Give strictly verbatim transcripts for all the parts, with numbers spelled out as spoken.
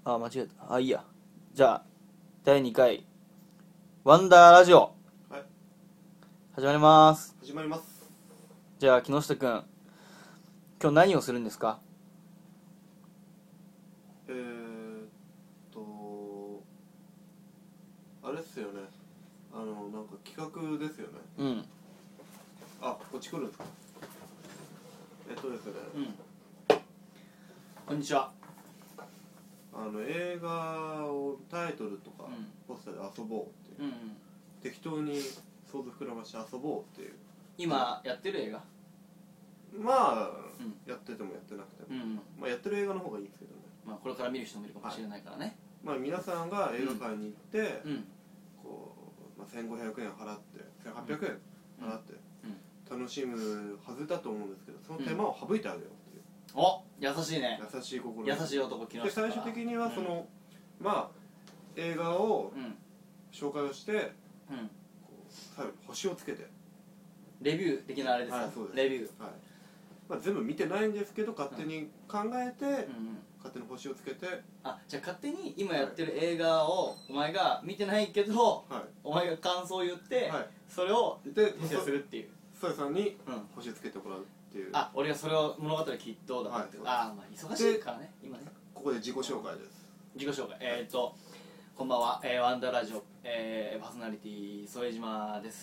あ、間違えた。あ、いいや。じゃあ、だいにかい、ワンダーラジオ。 はい。 始まります。 始まります。 じゃあ、木下くん、今日何をするんですか？ えーっと、あれっすよね。あの、なんか企画ですよね。 うん。 あ、こっち来るんですか？えっとですね。 うん。こんにちは。 あの、映画をタイトルとか、 うんポスターで遊ぼうっていう、 うんうん。 適当に想像膨らまして遊ぼうっていう。 今、やってる映画？ まあ、 うんやっててもやってなくても、 うんうん。 まあやってる映画の方がいいですけどね。 まあ、これから見る人もいるかもしれないからね。 まあ皆さんが映画館に行って、 うん。 こう、まあ、せんごひゃくえん払ってせんはっぴゃくえん払って、 うん。 楽しむはずだと思うんですけど、その手間を省いてあげようっていう、 お、優しいね。 優しい心優しい男、木下。 で最終的にはその、まあ映画をうん。 紹介をして、 うん。 こう最後に星をつけて、 レビュー的なあれですか？ はい、そうです。 レビュー。 はい、まあ、全部見てないんですけど勝手に考えて、 うんうん。 勝手に星をつけて、 あ、じゃあ勝手に今やってる映画をお前が見てないけど、 はい、 お前が感想を言って、 はい、 それをで訂正するっていう。 ソエさんにうん。 星つけてもらうっていう。 あ、俺がそれを物語きっとだって、 はい、 ああ、まあ忙しいからね今ね。 ここで自己紹介です。 自己紹介。えー、っとこんばんは、えー、ワンダーラジオ、えー、パーソナリティ副島です。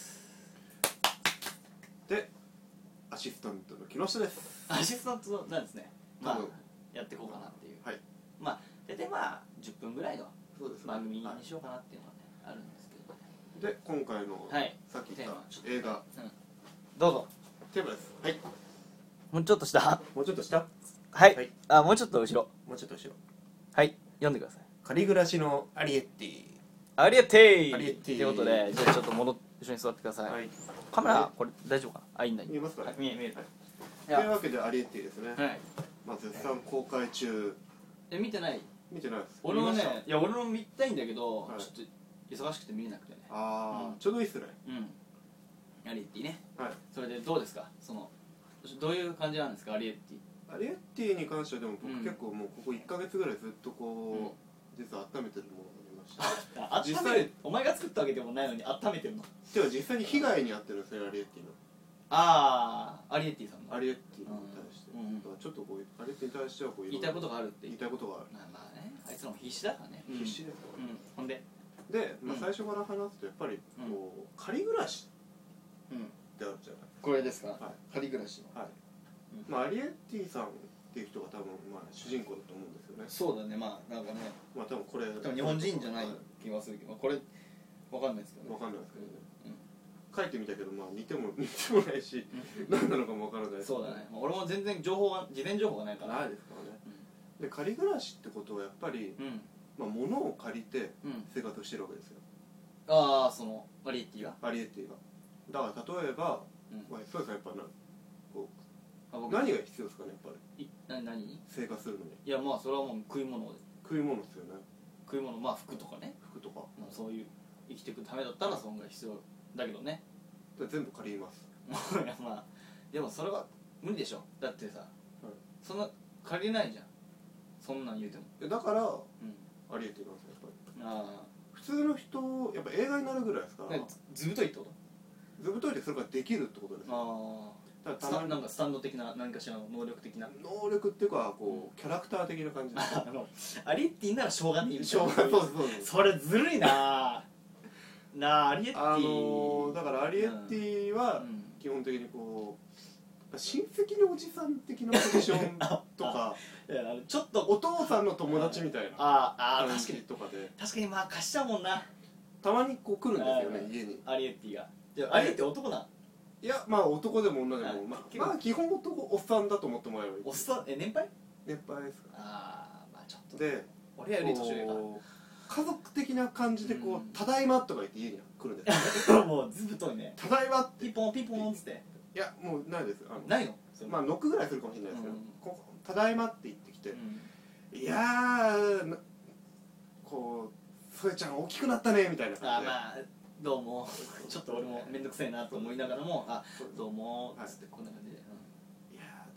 でアシスタントの木下です。 アシスタントなんですね。まあ多分やっていこうかなっていう。 はい。 まあ大体まあじゅっぷんぐらいのそうですね、 番組にはいしようかなっていうのはね、あるんですけどね。 で今回の、 はい、 さっき言っテーマちょっとた映画、 うん、どうぞ。 テーマです。はい。 もうちょっと下。 もうちょっと下。 はい、 はい、 あ、もうちょっと後ろ。 もうちょっと後ろ。 はい、読んでください。 仮暮らしのアリエッティ。 アリエッティアリエッティということで、じゃあちょっと戻っ一緒に座ってください。 はい。 カメラこれ大丈夫かな？あ、いいんだ。 見えますかね？ はい、見え見える。 はいいや、 というわけでアリエッティですね。 はい。 まあ絶賛公開中。 え、見てない？ 見てないです。 俺もね見ました。 いや俺も見たいんだけど、 はいちょっと忙しくて見れなくてね。 ああ、 うんちょうどいいっすね。 うん。アリエッティね。 はい。 それでどうですか？そのどういう感じなんですか？アリエッティ。 アリエッティに関してはでも僕、 うん結構もうここいっかげつぐらいずっとこう、実は温めてるものがありまして。 あ、温める。お前が作ったわけでもないのに温めてるの？ では実際に被害に遭ってるんですね、アリエッティの。 ああ、アリエッティさんの。 アリエッティに対して、 うんうんだからちょっとこうアリエッティに対してはこう言いたいことがあるって言いたいことがある、 まあまあね、あいつらも必死だからね。 必死ですよ、 うん。ほんで。 で、まあ、 うん最初から話すとやっぱりこう、仮暮らしうん。 ってあるじゃない。 これですか？ は仮暮らしの。 はい、 うんまあ、アリエッティさんっていう人が多分、まあ、主人公だと思うんですよね。 そうだね、まあなんかね、 まあ多分これ多分日本人じゃないは気がするけど、これわかんないですけどね。 わかんないですけどね、 うん。 書いてみたけど、まあ似ても似てもないし、何なのかもわからないです。 そうだね。まあ俺も全然情報が事前情報がないから。 ないですからね。で仮暮らしってことはやっぱり、 うん。うん。 まあ、物を借りてうん。 生活をしてるわけですよ、 ああ、そのアリエッティが。 アリエッティが。だから例えば、 うん。 まあ、そうですね、やっぱなこあ、 う僕何が必要ですかね、やっぱりいな何に？ 生活するのに。 いやまあそれはもう食い物で、 食い物ですよね。 食い物、まあ服とかね、 服とかまあそういう生きていくためだったらそんぐらい必要だけどね。 で全部借ります。 いやまあでもそれは無理でしょ。だってさ、そんな借りれないじゃん。そんなん言うても。 でだからうん。 アリエッティなんですよ、やっぱり。 あ普通の人やっぱ映画になるぐらいですかあ。 ら、 ねずずぶといってこと？ ずぶといてそれができるってことですよ。 ああ。 だからたまにスタなんかスタンド的な何かしらの能力的な。 能力っていうかこうキャラクター的な感じですよ。 あのアリエッティならしょうがねえみたいな。 しょうがそうそうそう。 それずるいな。なあ、アリエッティ。 あのー、だからアリエッティはうん基本的にこう親戚のおじさん的なポジションとかいやあのちょっとお父さんの友達みたいなあああ感確かにじとかで確かにまあ貸しちゃうもんな、 たまにこう来るんですよね、 はい家に。 アリエッティが。じゃあアリエッティ男なん？ いやまあ男でも女でもはいまあ結構まあ基本男おっさんだと思ってもらえばいい。 おっさんえ年配？ 年配ですかああまあちょっとで俺より年上かこう家族的な感じでこう、 うんただいまとか言って家に来るんですよ。 もうずぶといね。 ただいまってピンポンピンポンっつっていやもうないです。あのないの？それまあノックぐらいするかもしれないですけど、 うんここただいまって言ってきて、 うんいやーなこうそえちゃん大きくなったねみたいなあ感じで、 まあどうもちょっと俺も面倒くせえなと思いながらもあどうもっつってこんな感じで、 いやー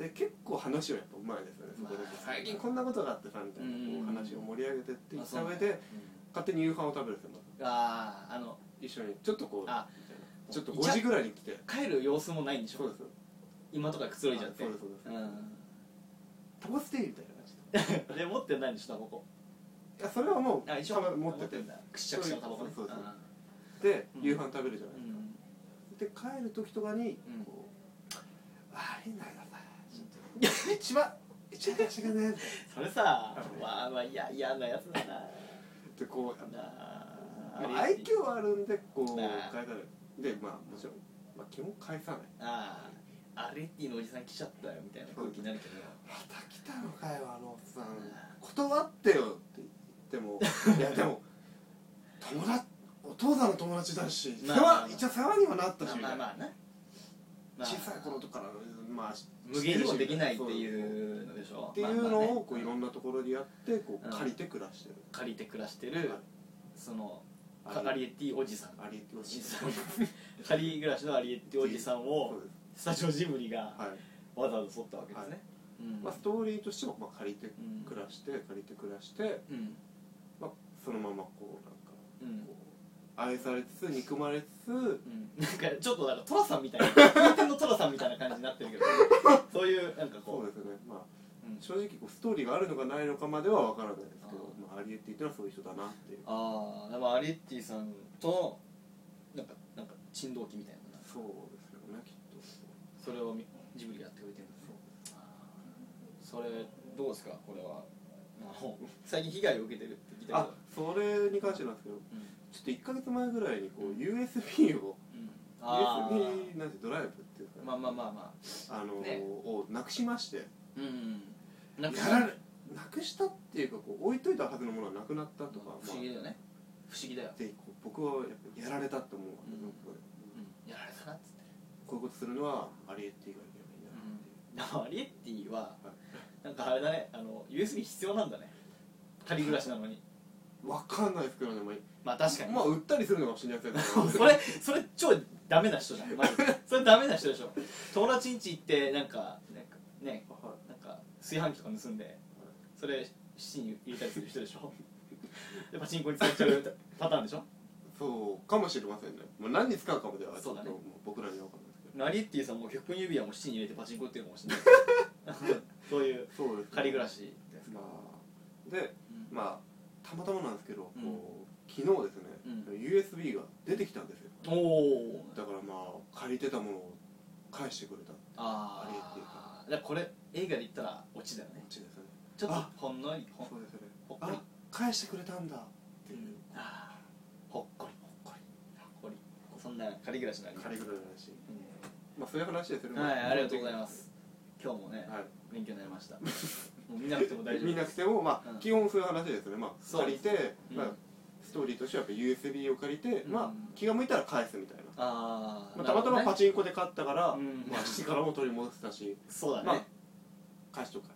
で結構話はやっぱうまいですよね、そこで、 まあ最近こんなことがあってさみたいな、こう話を盛り上げてっていった上あそうで、 ね勝手に夕飯を食べるんですよ、まずあああの一緒にちょっとこうあみたいなちょっとごじぐらいに来て、 帰る様子もないんでしょ。 そうです今とかくつろいじゃってそうですそうです、 うんタバステイみたいな感じでで持ってないんでしょタバコ。 いやそれはもうあ一応たま持っててんだくしゃくしゃのタバコね。 そうそうそうあで、 うん夕飯食べるじゃないーですか、で帰る時とかにうんこう「悪いんだけどさちょっと一番一番私がね」 それさまあまあいや嫌なやつだな。 でこうなあまあ愛嬌はあるんでこうなあ返さないで、まあもちろん、まあ、基本返さない。 ああアレッティのおじさん来ちゃったよみたいな空気になるけど。 また来たのかよあのおっさん、断ってよって言ってもいやでも友達お父さんの友達だし、 まあまあまあ世話一応世話にはなったし、 まあまあまあな、まあ小さい頃とかからまあ無限にもできないっていうのでしょ。 っていうのをこういろんななところでやってこううん借りて暮らしてる、 借りて暮らしてるはいそのありアリエッティおじさんありってほしい仮暮らしのアリエッティおじさんそをうですスタジオジブリがはい、 わざわざ撮ったわけですね。うんまあ、ストーリーとしてもまあ借りてうん暮らして借りて暮らして、 うんまあ、そのままこうなんかうんこう愛されつつ憎まれつつうんなんかちょっとなんかトラさんみたいな空天のトラさんみたいな感じになってるけどそういうなんかそこううですね、まあ、 うん正直こうストーリーがあるのかないのかまでは分からないですけど、まあ、アリエッティっていうのはそういう人だなっていう。 ああでもアリエッティさんとなんかなんか珍道記みたいなのがそうですよねきっと。 それをみジブリがやってくれてるんですよ。それどうですかこれは。あの最近被害を受けてるって聞いたあけど。 それに関してなんですけど、 うんちょっといっかげつまえぐらいにこう ユーエスビー を、 うんあーユーエスビー なんてドライブっていうか、 まあまあまあまああのーねをなくしまして、 うんなんかやられなくしたっていうかこう置いといたはずのものはなくなったとか、 不思議だよね。不思議だよ。 でこう僕はやっぱやられたって思うわけですよ、 うんこれうんやられたなっつって。 こういうことするのはアリエッティがいけばいいなっていう。 でもアリエッティはなんかあれだね、あの ユーエスビー 必要なんだね。仮暮らしなのに。 わかんないですけどね、まあ、 まあ確かに。 まあ売ったりするのかもしれないですけどそれそれ超ダメな人じゃん。まずそれダメな人でしょ。友達ん家行ってなんかなんかねはなんか炊飯器とか盗んでそれ七に入れたりする人でしょ。でパチンコに使っちゃうパターンでしょ。 そうかもしれませんね、まあ、何に使うかまではちょっとそうだねもう僕らには分かんないですけど。 アリエッティさんも結婚指輪も七に入れてパチンコっていうのかもしれない。そういうそうですね、 仮暮らしですか。 まあでうんまあたまたまなんですけど、 うんこう昨日ですね、 うんユーエスビー が出てきたんですよ。 おお。 だからまあ借りてたものを返してくれたあアリエッティさあ。だからこれ映画で言ったらオチだよねこ。っちですね。 ちょっとあほんのりほんそうですよね。 ほっこりあ返してくれたんだっていう、 あーほっこりほっこりほっこりそんな仮暮らしのあり借りぐらいだし、 うまあそういう話ですよね。 んはいありがとうございます。今日もねはい。 勉強になりました。もう見なくても大丈夫見なくてもまあ、 うん基本そういう話ですよね。まあそう借りて、 うんまあストーリーとしてはやっぱ ユーエスビー を借りて、 うんまあ気が向いたら返すみたいな。 ああまあ、たまたまパチチンコで買ったから、 うんまあ七からも取り戻せたし、 そうだね、 まあ返しとくか